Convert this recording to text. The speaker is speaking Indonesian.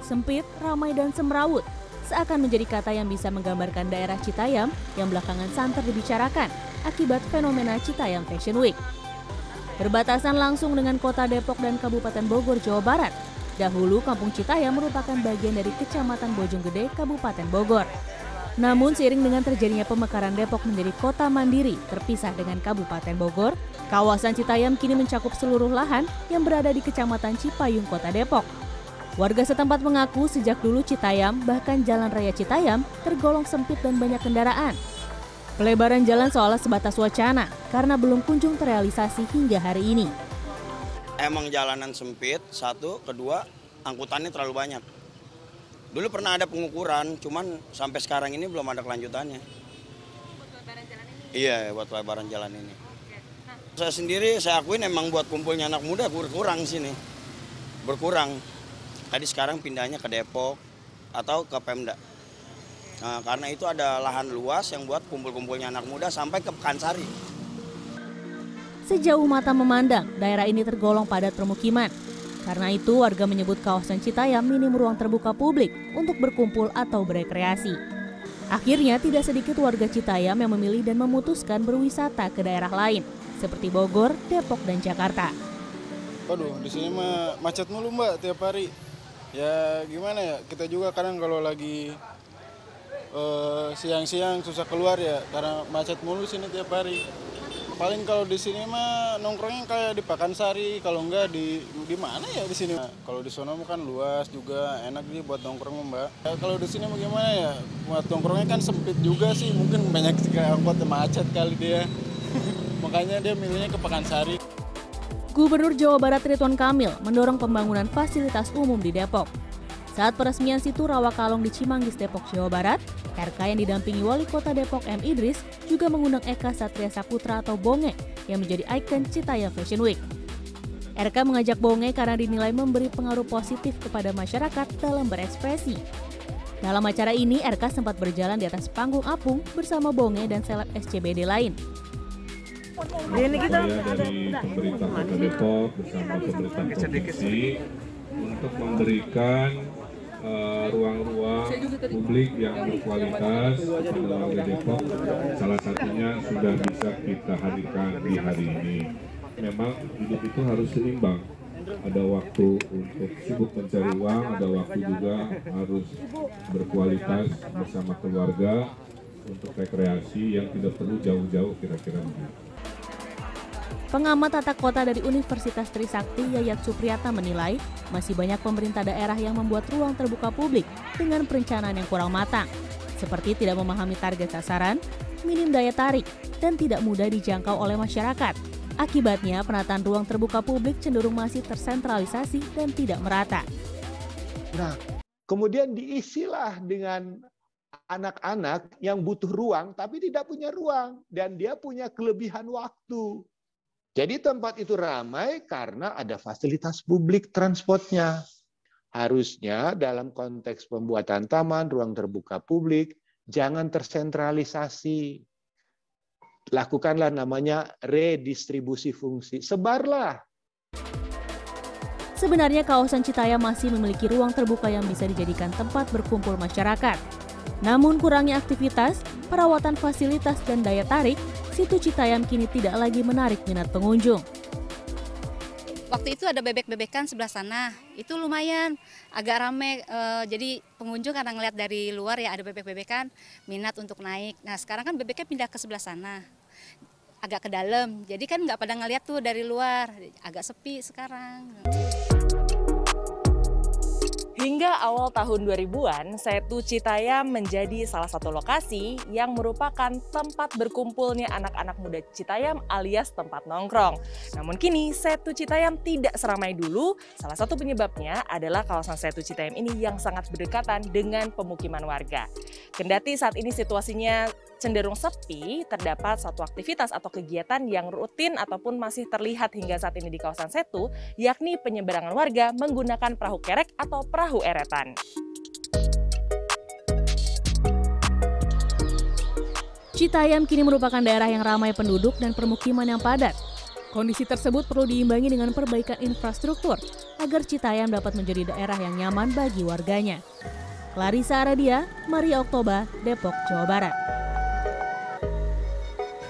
sempit, ramai dan semrawut seakan menjadi kata yang bisa menggambarkan daerah Citayam yang belakangan santer dibicarakan akibat fenomena Citayam Fashion Week. Berbatasan langsung dengan kota Depok dan Kabupaten Bogor, Jawa Barat. Dahulu Kampung Citayam merupakan bagian dari Kecamatan Bojonggede, Kabupaten Bogor. Namun seiring dengan terjadinya pemekaran Depok menjadi kota mandiri terpisah dengan Kabupaten Bogor, kawasan Citayam kini mencakup seluruh lahan yang berada di Kecamatan Cipayung, Kota Depok. Warga setempat mengaku sejak dulu Citayam, bahkan Jalan Raya Citayam, tergolong sempit dan banyak kendaraan. Pelebaran jalan seolah sebatas wacana karena belum kunjung terrealisasi hingga hari ini. Emang jalanan sempit, satu, kedua angkutannya terlalu banyak. Dulu pernah ada pengukuran, cuman sampai sekarang ini belum ada kelanjutannya. Buat pelebaran jalan ini? Iya, buat pelebaran jalan ini. Saya sendiri, saya akuin emang buat kumpulnya anak muda berkurang sini. Berkurang. Tadi sekarang pindahnya ke Depok atau ke Pemda. Nah, karena itu ada lahan luas yang buat kumpul-kumpulnya anak muda sampai ke Pekansari. Sejauh mata memandang, daerah ini tergolong padat permukiman. Karena itu, warga menyebut kawasan Citayam minim ruang terbuka publik untuk berkumpul atau berekreasi. Akhirnya, tidak sedikit warga Citayam yang memilih dan memutuskan berwisata ke daerah lain, seperti Bogor, Depok, dan Jakarta. Waduh, di sini mah macet mulu Mbak tiap hari. Ya gimana ya, kita juga kadang kalau lagi siang-siang susah keluar ya, karena macet mulu sini tiap hari. Paling kalau di sini mah nongkrongnya kayak di Pekansari, kalau enggak di mana ya di sini. Nah, kalau di sono kan luas juga, enak nih buat nongkrong Mbak. Ya, kalau di sini bagaimana ya, buat nongkrongnya kan sempit juga sih, mungkin banyak angkot macet kali dia. Makanya dia milihnya ke Pekansari. Gubernur Jawa Barat Ridwan Kamil mendorong pembangunan fasilitas umum di Depok. Saat peresmian situ Rawakalong di Cimanggis, Depok, Jawa Barat, RK yang didampingi Wali Kota Depok M. Idris juga mengundang Eka Satria Saputra atau Bonge yang menjadi ikon Citayam Fashion Week. RK mengajak Bonge karena dinilai memberi pengaruh positif kepada masyarakat dalam berekspresi. Dalam acara ini, RK sempat berjalan di atas panggung apung bersama Bonge dan seleb SCBD lain. Ini kita dari pemerintah Kota Depok bersama pemerintah provinsi untuk memberikan ruang-ruang publik yang berkualitas kepada warga Depok. Salah satunya sudah bisa kita hadirkan di hari ini. Memang hidup itu harus seimbang. Ada waktu untuk sibuk mencari uang, ada waktu juga harus berkualitas bersama keluarga untuk rekreasi yang tidak perlu jauh-jauh kira-kira begitu. Pengamat tata kota dari Universitas Trisakti Yayat Supriyata menilai masih banyak pemerintah daerah yang membuat ruang terbuka publik dengan perencanaan yang kurang matang, seperti tidak memahami target sasaran, minim daya tarik, dan tidak mudah dijangkau oleh masyarakat. Akibatnya penataan ruang terbuka publik cenderung masih tersentralisasi dan tidak merata. Nah, kemudian diisilah dengan anak-anak yang butuh ruang tapi tidak punya ruang dan dia punya kelebihan waktu. Jadi tempat itu ramai karena ada fasilitas publik transportnya. Harusnya dalam konteks pembuatan taman, ruang terbuka publik, jangan tersentralisasi. Lakukanlah namanya redistribusi fungsi. Sebarlah. Sebenarnya kawasan Citayam masih memiliki ruang terbuka yang bisa dijadikan tempat berkumpul masyarakat. Namun kurangnya aktivitas, perawatan fasilitas dan daya tarik, situ Citayam kini tidak lagi menarik minat pengunjung. Waktu itu ada bebek-bebekan sebelah sana, itu lumayan agak rame, jadi pengunjung karena ngeliat dari luar ya ada bebek-bebekan, minat untuk naik. Nah sekarang kan bebeknya pindah ke sebelah sana, agak ke dalam, jadi kan nggak pada ngeliat tuh dari luar, agak sepi sekarang. Hingga awal tahun 2000-an, Setu Citayam menjadi salah satu lokasi yang merupakan tempat berkumpulnya anak-anak muda Citayam alias tempat nongkrong. Namun kini, Setu Citayam tidak seramai dulu. Salah satu penyebabnya adalah kawasan Setu Citayam ini yang sangat berdekatan dengan pemukiman warga. Kendati saat ini situasinya cenderung sepi, terdapat satu aktivitas atau kegiatan yang rutin ataupun masih terlihat hingga saat ini di kawasan Setu, yakni penyeberangan warga menggunakan perahu kerek atau perahu eretan. Citayam kini merupakan daerah yang ramai penduduk dan permukiman yang padat. Kondisi tersebut perlu diimbangi dengan perbaikan infrastruktur agar Citayam dapat menjadi daerah yang nyaman bagi warganya. Clarissa Aradia, Maria Oktober, Depok, Jawa Barat.